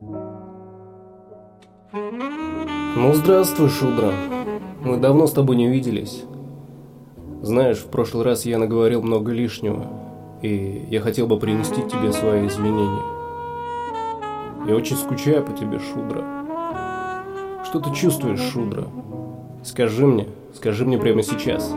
Ну, здравствуй, Шудра. Мы давно с тобой не виделись. Знаешь, в прошлый раз я наговорил много лишнего, и я хотел бы принести тебе свои извинения. Я очень скучаю по тебе, Шудра. Что ты чувствуешь, Шудра? Скажи мне прямо сейчас.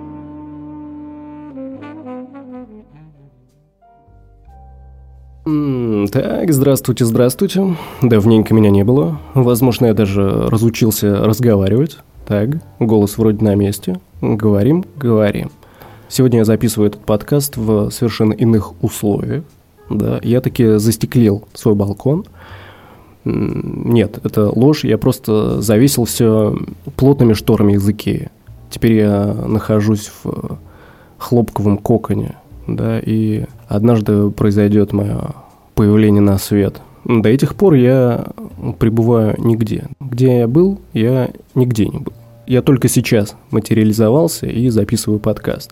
Так, здравствуйте. Давненько меня не было. Возможно, я даже разучился разговаривать. Так, голос вроде на месте. Говорим. Сегодня я записываю этот подкаст в совершенно иных условиях. Да, я таки застеклил свой балкон. Нет, это ложь. Я просто завесил все плотными шторами из Икеи. Теперь я нахожусь в хлопковом коконе. Да, и однажды произойдет мое появление на свет. До этих пор я пребываю нигде. Где я был, я нигде не был. Я только сейчас материализовался и записываю подкаст.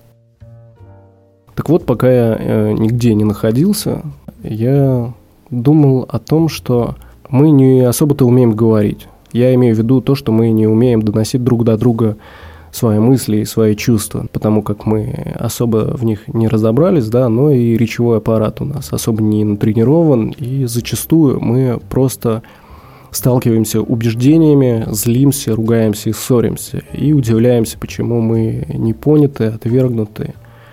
Так вот, пока я нигде не находился, я думал о том, что мы не особо-то умеем говорить. Я имею в виду то, что мы не умеем доносить друг до друга свои мысли и свои чувства, потому как мы особо в них не разобрались, да, но и речевой аппарат у нас особо не натренирован, и зачастую мы просто сталкиваемся убеждениями, злимся, ругаемся и ссоримся, и удивляемся, почему мы не поняты, отвергнуты,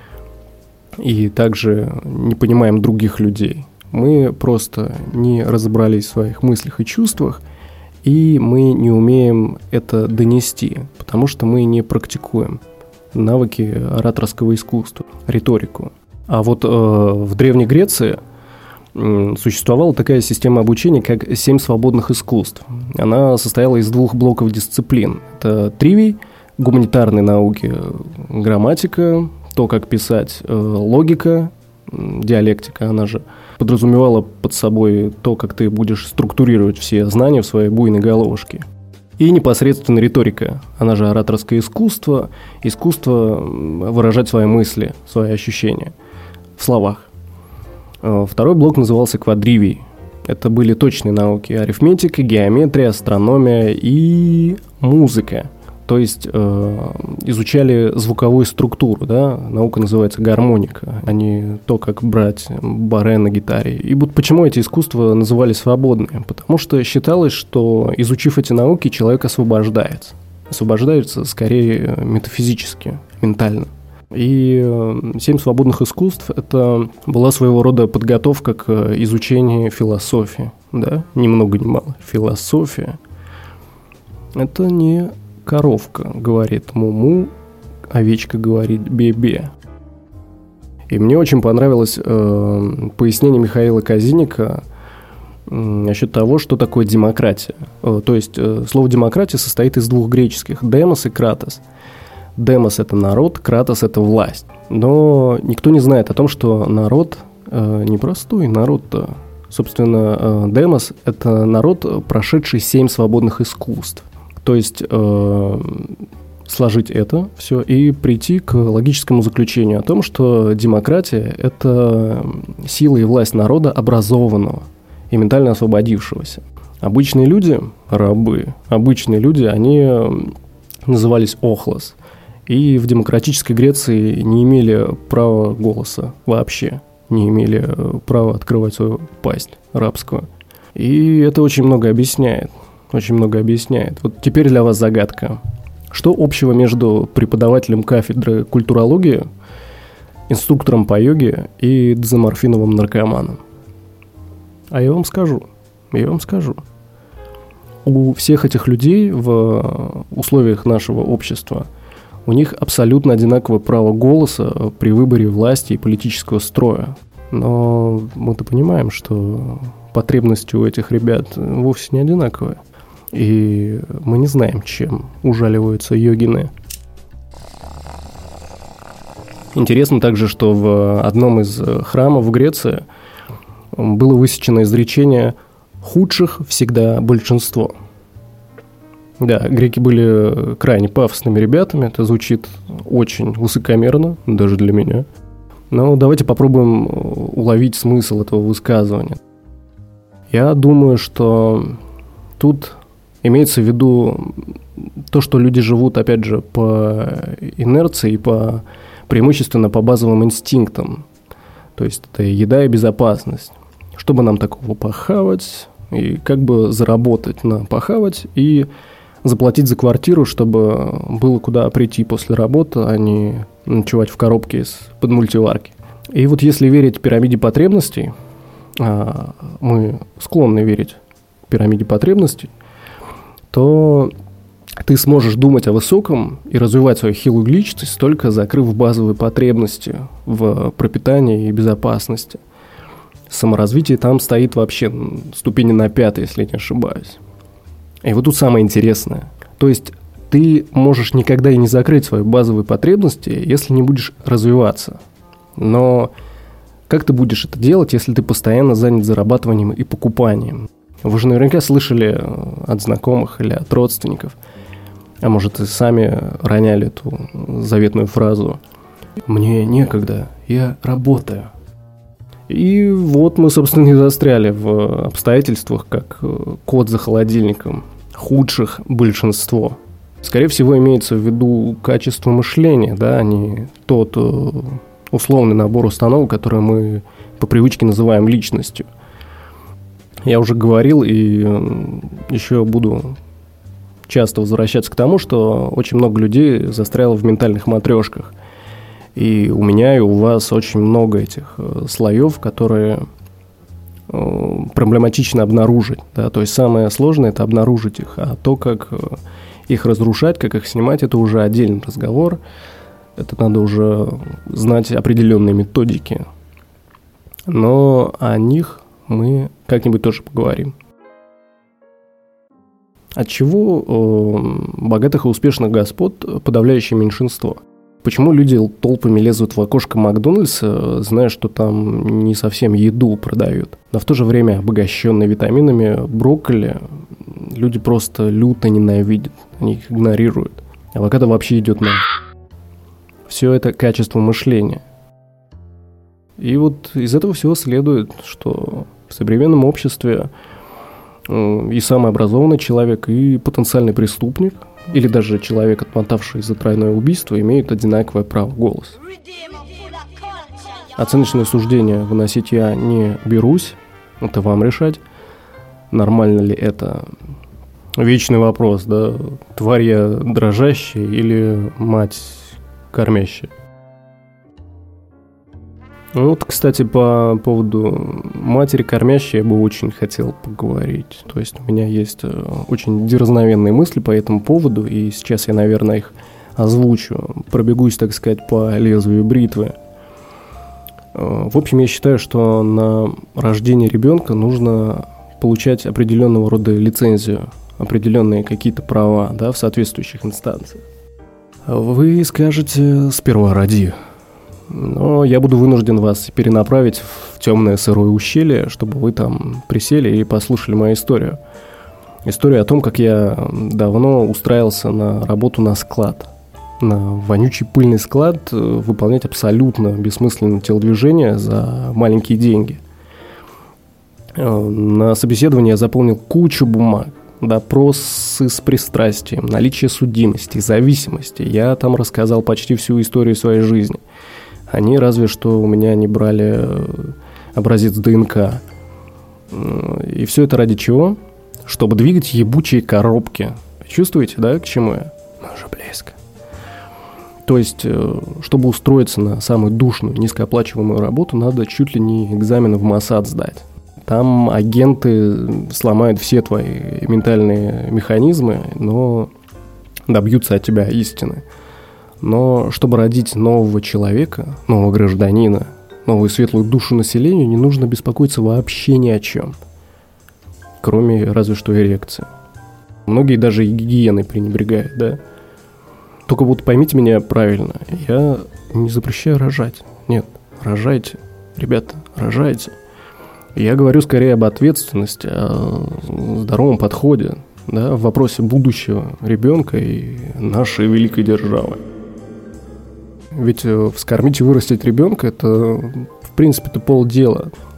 и также не понимаем других людей. Мы просто не разобрались в своих мыслях и чувствах, и мы не умеем это донести, потому что мы не практикуем навыки ораторского искусства, риторику. А вот в Древней Греции существовала такая система обучения, как 7 свободных искусств. Она состояла из 2 блоков дисциплин. Это тривий, гуманитарные науки, грамматика, то, как писать, логика, диалектика, она же подразумевала под собой то, как ты будешь структурировать все знания в своей буйной головушке. И непосредственно риторика, она же ораторское искусство, искусство выражать свои мысли, свои ощущения в словах. Второй блок назывался квадривий. Это были точные науки: арифметика, геометрия, астрономия и музыка. То есть изучали звуковую структуру, да? Наука называется гармоника, а не то, как брать баре на гитаре. И вот почему эти искусства называли свободными? Потому что считалось, что, изучив эти науки, человек освобождается. Освобождается скорее метафизически, ментально. И 7 свободных искусств – это была своего рода подготовка к изучению философии. Да? Ни много ни мало. Философия – это не коровка говорит му-му, овечка говорит бе-бе. И мне очень понравилось пояснение Михаила Казиника насчет того, что такое демократия. То есть слово демократия состоит из 2 греческих – демос и кратос. Демос – это народ, кратос – это власть. Но никто не знает о том, что народ непростой, народ-то. Собственно, демос – это народ, прошедший 7 свободных искусств. То есть сложить это все и прийти к логическому заключению о том, что демократия – это сила и власть народа образованного и ментально освободившегося. Обычные люди – рабы. Обычные люди, они назывались охлос. И в демократической Греции не имели права голоса вообще, не имели права открывать свою пасть рабскую. И это очень много объясняет. Вот теперь для вас загадка. Что общего между преподавателем кафедры культурологии, инструктором по йоге и дезоморфиновым наркоманом? А я вам скажу. У всех этих людей в условиях нашего общества у них абсолютно одинаковое право голоса при выборе власти и политического строя. Но мы-то понимаем, что потребности у этих ребят вовсе не одинаковые. И мы не знаем, чем ужаливаются йогины. Интересно также, что в одном из храмов в Греции было высечено изречение «худших всегда большинство». Да, греки были крайне пафосными ребятами, это звучит очень высокомерно, даже для меня. Но давайте попробуем уловить смысл этого высказывания. Я думаю, что тут имеется в виду то, что люди живут, опять же, по инерции и преимущественно по базовым инстинктам. То есть это еда и безопасность. Чтобы нам такого похавать и как бы заработать на похавать и заплатить за квартиру, чтобы было куда прийти после работы, а не ночевать в коробке из-под мультиварки. И вот если верить пирамиде потребностей, мы склонны верить пирамиде потребностей, то ты сможешь думать о высоком и развивать свою хилую личность, только закрыв базовые потребности в пропитании и безопасности. Саморазвитие там стоит вообще ступени на 5, если не ошибаюсь. И вот тут самое интересное. То есть ты можешь никогда и не закрыть свои базовые потребности, если не будешь развиваться. Но как ты будешь это делать, если ты постоянно занят зарабатыванием и покупанием? Вы же наверняка слышали от знакомых или от родственников, а может и сами роняли эту заветную фразу: «Мне некогда, я работаю». И вот мы, собственно, и застряли в обстоятельствах, как кот за холодильником. Худших большинство. Скорее всего, имеется в виду качество мышления, да, а не тот условный набор установок, который мы по привычке называем личностью. Я уже говорил и еще буду часто возвращаться к тому, что очень много людей застряло в ментальных матрешках. И у меня, и у вас очень много этих слоев, которые проблематично обнаружить. Да? То есть самое сложное – это обнаружить их. А то, как их разрушать, как их снимать, это уже отдельный разговор. Это надо уже знать определенные методики. Но о них мы как-нибудь тоже поговорим. Отчего богатых и успешных господ подавляющее меньшинство? Почему люди толпами лезут в окошко Макдональдса, зная, что там не совсем еду продают? Но в то же время обогащенные витаминами брокколи люди просто люто ненавидят, они их игнорируют. Авокадо вообще идет на... Все это качество мышления. И вот из этого всего следует, что в современном обществе и самый образованный человек, и потенциальный преступник, или даже человек, отмотавший за тройное убийство, имеют одинаковое право голоса. Оценочные суждения выносить я не берусь, это вам решать. Нормально ли это? Вечный вопрос, да? Тварь я дрожащая или мать кормящая? Вот, кстати, по поводу матери кормящей я бы очень хотел поговорить. То есть у меня есть очень дерзновенные мысли по этому поводу, и сейчас я, наверное, их озвучу. Пробегусь, так сказать, по лезвию бритвы. В общем, я считаю, что на рождение ребенка нужно получать определенного рода лицензию, определенные какие-то права, да, в соответствующих инстанциях. Вы скажете: «Сперва роди». Но я буду вынужден вас перенаправить в темное сырое ущелье, чтобы вы там присели и послушали мою историю. Историю о том, как я давно устраивался на работу на склад. На вонючий пыльный склад выполнять абсолютно бессмысленные телодвижения за маленькие деньги. На собеседовании я заполнил кучу бумаг. Допросы с пристрастием, наличие судимости, зависимости. Я там рассказал почти всю историю своей жизни. Они разве что у меня не брали образец ДНК. И все это ради чего? Чтобы двигать ебучие коробки. Чувствуете, да, к чему я? Мы уже близко. То есть, чтобы устроиться на самую душную, низкооплачиваемую работу, надо чуть ли не экзамены в Моссад сдать. Там агенты сломают все твои ментальные механизмы, но добьются от тебя истины. Но чтобы родить нового человека, нового гражданина, новую светлую душу населению, не нужно беспокоиться вообще ни о чем. Кроме разве что эрекции. Многие даже и гигиеной пренебрегают, да? Только вот поймите меня правильно, я не запрещаю рожать. Нет, рожайте, ребята, рожайте. Я говорю скорее об ответственности, о здоровом подходе, да, в вопросе будущего ребенка и нашей великой державы. Ведь вскормить и вырастить ребенка – это, в принципе, полдела.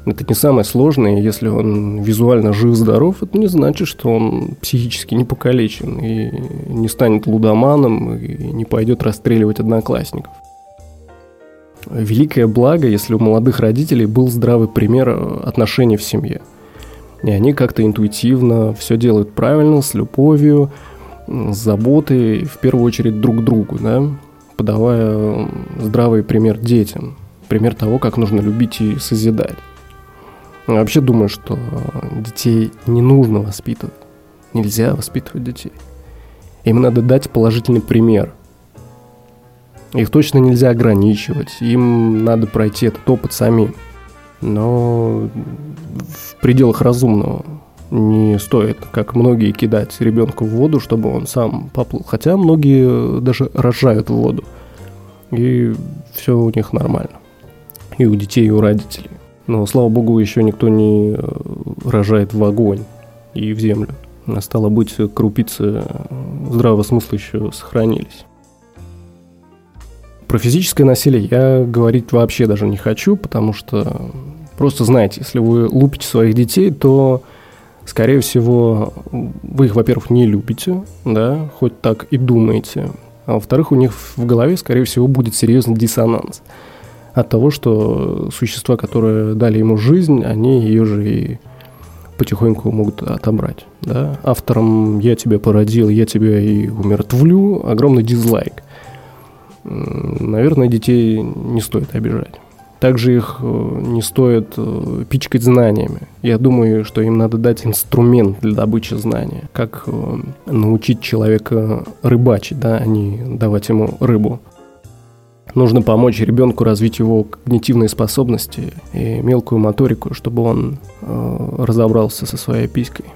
Это не самое сложное. Если он визуально жив-здоров, это не значит, что он психически не покалечен и не станет лудоманом и не пойдет расстреливать одноклассников. Великое благо, если у молодых родителей был здравый пример отношений в семье. И они как-то интуитивно все делают правильно, с любовью, с заботой, в первую очередь друг к другу, да? Подавая здравый пример детям, пример того, как нужно любить и созидать. Я вообще думаю, что детей не нужно воспитывать. Нельзя воспитывать детей. Им надо дать положительный пример. Их точно нельзя ограничивать. Им надо пройти этот опыт самим. Но в пределах разумного. Не стоит, как многие, кидать ребенка в воду, чтобы он сам поплыл. Хотя многие даже рожают в воду. И все у них нормально. И у детей, и у родителей. Но, слава богу, еще никто не рожает в огонь и в землю. А стало быть, крупицы здравого смысла еще сохранились. Про физическое насилие я говорить вообще даже не хочу, потому что просто знаете, если вы лупите своих детей, то, скорее всего, вы их, во-первых, не любите, да, хоть так и думаете, а во-вторых, у них в голове, скорее всего, будет серьезный диссонанс от того, что существа, которые дали ему жизнь, они ее же и потихоньку могут отобрать. Да? Автором «я тебя породил, я тебя и умертвлю» огромный дизлайк. Наверное, детей не стоит обижать. Также их не стоит пичкать знаниями. Я думаю, что им надо дать инструмент для добычи знания. Как научить человека рыбачить, да, а не давать ему рыбу. Нужно помочь ребенку развить его когнитивные способности и мелкую моторику, чтобы он разобрался со своей писькой.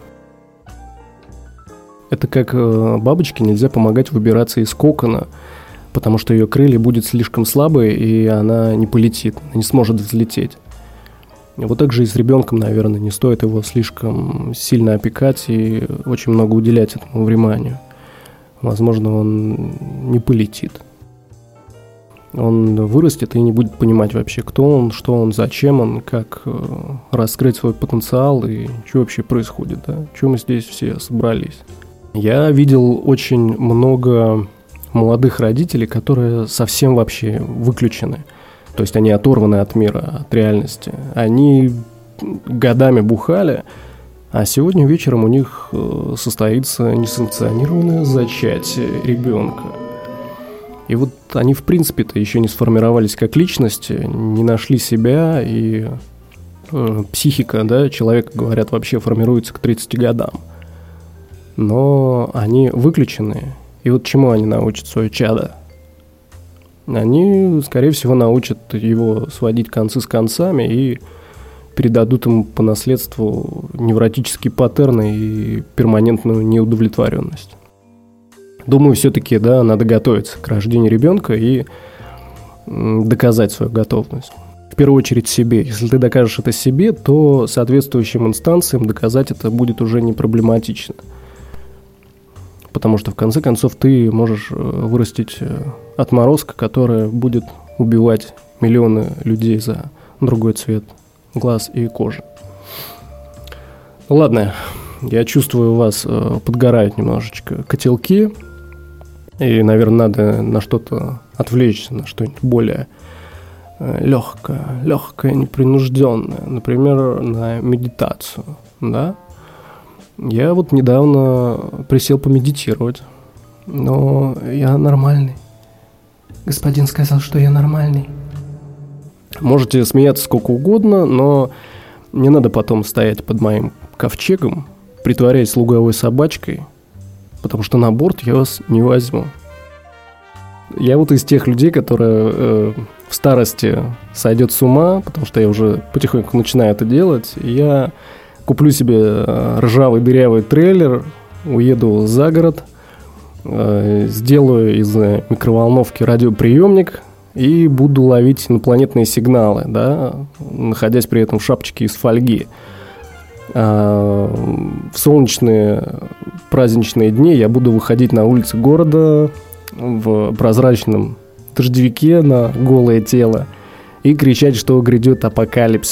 Это как бабочке нельзя помогать выбираться из кокона, потому что ее крылья будут слишком слабые, и она не полетит, не сможет взлететь. И вот так же и с ребенком, наверное, не стоит его слишком сильно опекать и очень много уделять этому вниманию. Возможно, он не полетит. Он вырастет и не будет понимать вообще, кто он, что он, зачем он, как раскрыть свой потенциал и что вообще происходит, да? Чего мы здесь все собрались. Я видел очень много молодых родителей, которые совсем вообще выключены. То есть они оторваны от мира, от реальности. Они годами бухали, а сегодня вечером у них состоится несанкционированное зачатие ребенка. И вот они, в принципе-то, еще не сформировались как личности, не нашли себя, и психика, да, человека, говорят, вообще формируется к 30 годам. Но они выключены. И вот чему они научат свое чадо? Они, скорее всего, научат его сводить концы с концами и передадут ему по наследству невротические паттерны и перманентную неудовлетворенность. Думаю, все-таки, да, надо готовиться к рождению ребенка и доказать свою готовность. В первую очередь себе. Если ты докажешь это себе, то соответствующим инстанциям доказать это будет уже не проблематично. Потому что, в конце концов, ты можешь вырастить отморозка, которая будет убивать миллионы людей за другой цвет глаз и кожи. Ладно, я чувствую, у вас подгорают немножечко котелки. И, наверное, надо на что-то отвлечься, на что-нибудь более легкое, непринужденное. Например, на медитацию, да? Я вот недавно присел помедитировать, но я нормальный. Господин сказал, что я нормальный. Можете смеяться сколько угодно, но не надо потом стоять под моим ковчегом, притворяясь луговой собачкой, потому что на борт я вас не возьму. Я вот из тех людей, которые в старости сойдет с ума, потому что я уже потихоньку начинаю это делать, и я куплю себе ржавый дырявый трейлер, уеду за город, сделаю из микроволновки радиоприемник и буду ловить инопланетные сигналы, да, находясь при этом в шапочке из фольги. В солнечные праздничные дни я буду выходить на улицы города в прозрачном дождевике на голое тело и кричать, что грядет апокалипсис.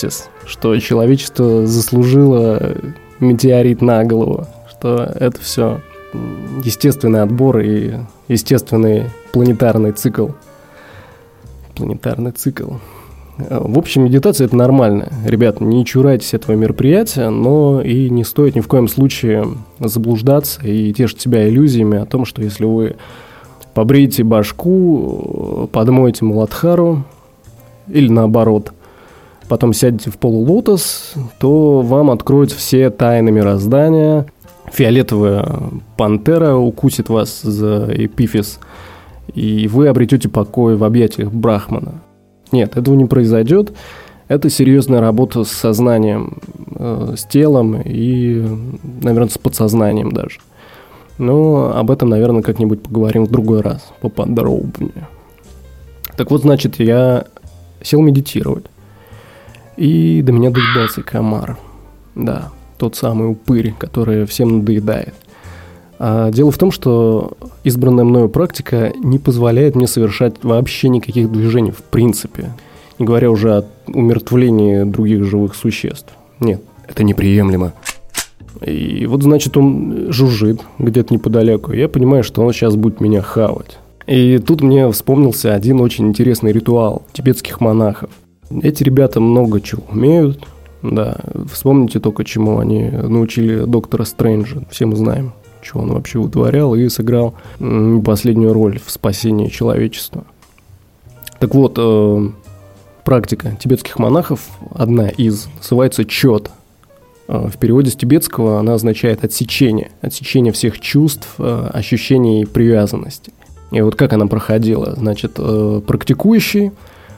что человечество заслужило метеорит на голову, что это все естественный отбор и естественный планетарный цикл. Планетарный цикл. В общем, медитация – это нормально. Ребят, не чурайтесь этого мероприятия, но и не стоит ни в коем случае заблуждаться и тешить себя иллюзиями о том, что если вы побреете башку, подмоете Муладхару или наоборот, потом сядете в полулотос, то вам откроют все тайны мироздания. Фиолетовая пантера укусит вас за эпифиз, и вы обретете покой в объятиях Брахмана. Нет, этого не произойдет. Это серьезная работа с сознанием, с телом и, наверное, с подсознанием даже. Но об этом, наверное, как-нибудь поговорим в другой раз, поподробнее. Так вот, значит, я сел медитировать, и до меня доедался комар. Да, тот самый упырь, который всем надоедает. А дело в том, что избранная мною практика не позволяет мне совершать вообще никаких движений в принципе, не говоря уже о умертвлении других живых существ. Нет, это неприемлемо. И вот, значит, он жужжит где-то неподалеку, и я понимаю, что он сейчас будет меня хавать. И тут мне вспомнился один очень интересный ритуал тибетских монахов. Эти ребята много чего умеют, да, вспомните только, чему они научили доктора Стрэнджа, все мы знаем, что он вообще вытворял и сыграл последнюю роль в спасении человечества. Так вот, практика тибетских монахов, одна из, называется чот. В переводе с тибетского она означает отсечение всех чувств, ощущений и привязанности. И вот как она проходила? Значит, практикующий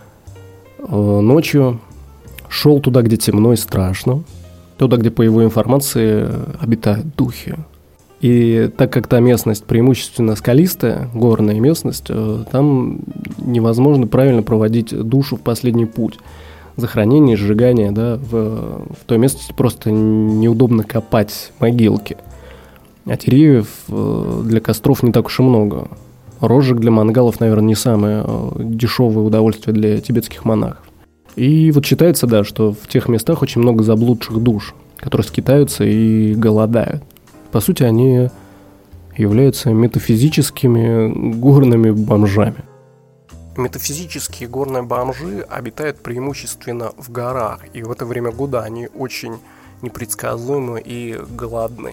ночью шел туда, где темно и страшно, туда, где, по его информации, обитают духи. И так как та местность преимущественно скалистая, горная местность, там невозможно правильно проводить душу в последний путь. Захоронение, сжигание, да, в той местности просто неудобно копать могилки. А деревьев для костров не так уж и много. Розжиг для мангалов, наверное, не самое дешевое удовольствие для тибетских монахов. И вот считается, да, что в тех местах очень много заблудших душ, которые скитаются и голодают. По сути, они являются метафизическими горными бомжами. Метафизические горные бомжи обитают преимущественно в горах, и в это время года они очень непредсказуемы и голодны.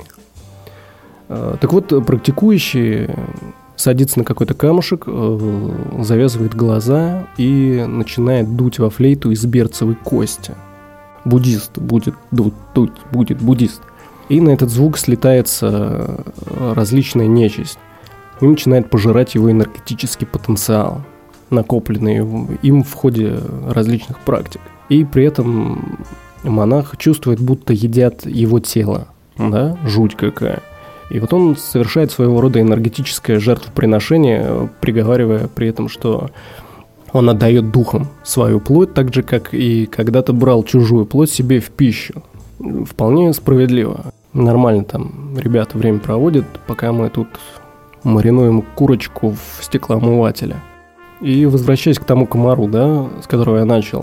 Так вот, практикующий садится на какой-то камушек, завязывает глаза и начинает дуть во флейту из берцевой кости. Буддист будет дуть, будет буддист. И на этот звук слетается различная нечисть и начинает пожирать его энергетический потенциал, накопленный им в ходе различных практик. И при этом монах чувствует, будто едят его тело. Да? Жуть какая. И вот он совершает своего рода энергетическое жертвоприношение, приговаривая при этом, что он отдает духом свою плоть, так же, как и когда-то брал чужую плоть себе в пищу. Вполне справедливо. Нормально там ребята время проводят, пока мы тут маринуем курочку в стеклоомывателе. И возвращаясь к тому комару, да, с которого я начал,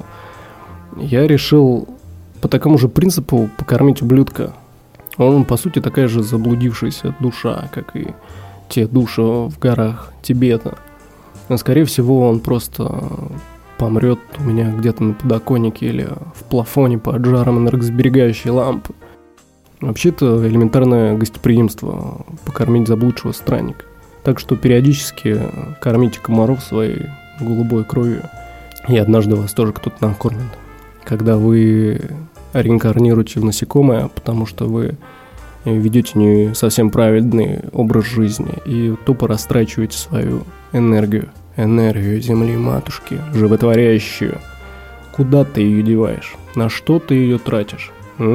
я решил по такому же принципу покормить ублюдка. Он, по сути, такая же заблудившаяся душа, как и те души в горах Тибета. Но, скорее всего, он просто помрет у меня где-то на подоконнике или в плафоне под жаром энергосберегающей лампы. Вообще-то элементарное гостеприимство – покормить заблудшего странника. Так что периодически кормите комаров своей голубой кровью. И однажды вас тоже кто-то накормит. Когда вы реинкарнируете в насекомое, потому что вы ведете не совсем правильный образ жизни и тупо растрачиваете свою энергию. Энергию Земли Матушки, животворящую. Куда ты ее деваешь? На что ты ее тратишь?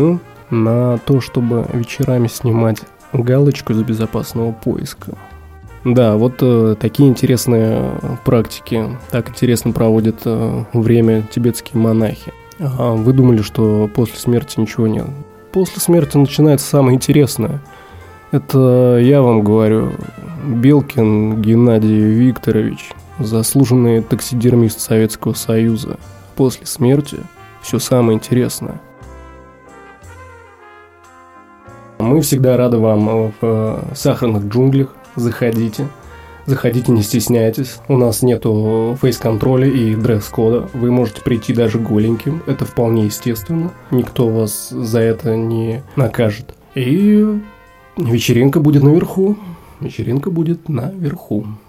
На то, чтобы вечерами снимать галочку с безопасного поиска. Да, вот такие интересные практики, так интересно проводят время тибетские монахи. А вы думали, что после смерти ничего нет? После смерти начинается самое интересное. Это я вам говорю, Белкин Геннадий Викторович, заслуженный таксидермист Советского Союза. После смерти все самое интересное. Мы всегда рады вам в сахарных джунглях. Заходите. Заходите, не стесняйтесь. У нас нету фейс-контроля и дресс-кода. Вы можете прийти даже голеньким. Это вполне естественно. Никто вас за это не накажет. И вечеринка будет наверху. Вечеринка будет наверху.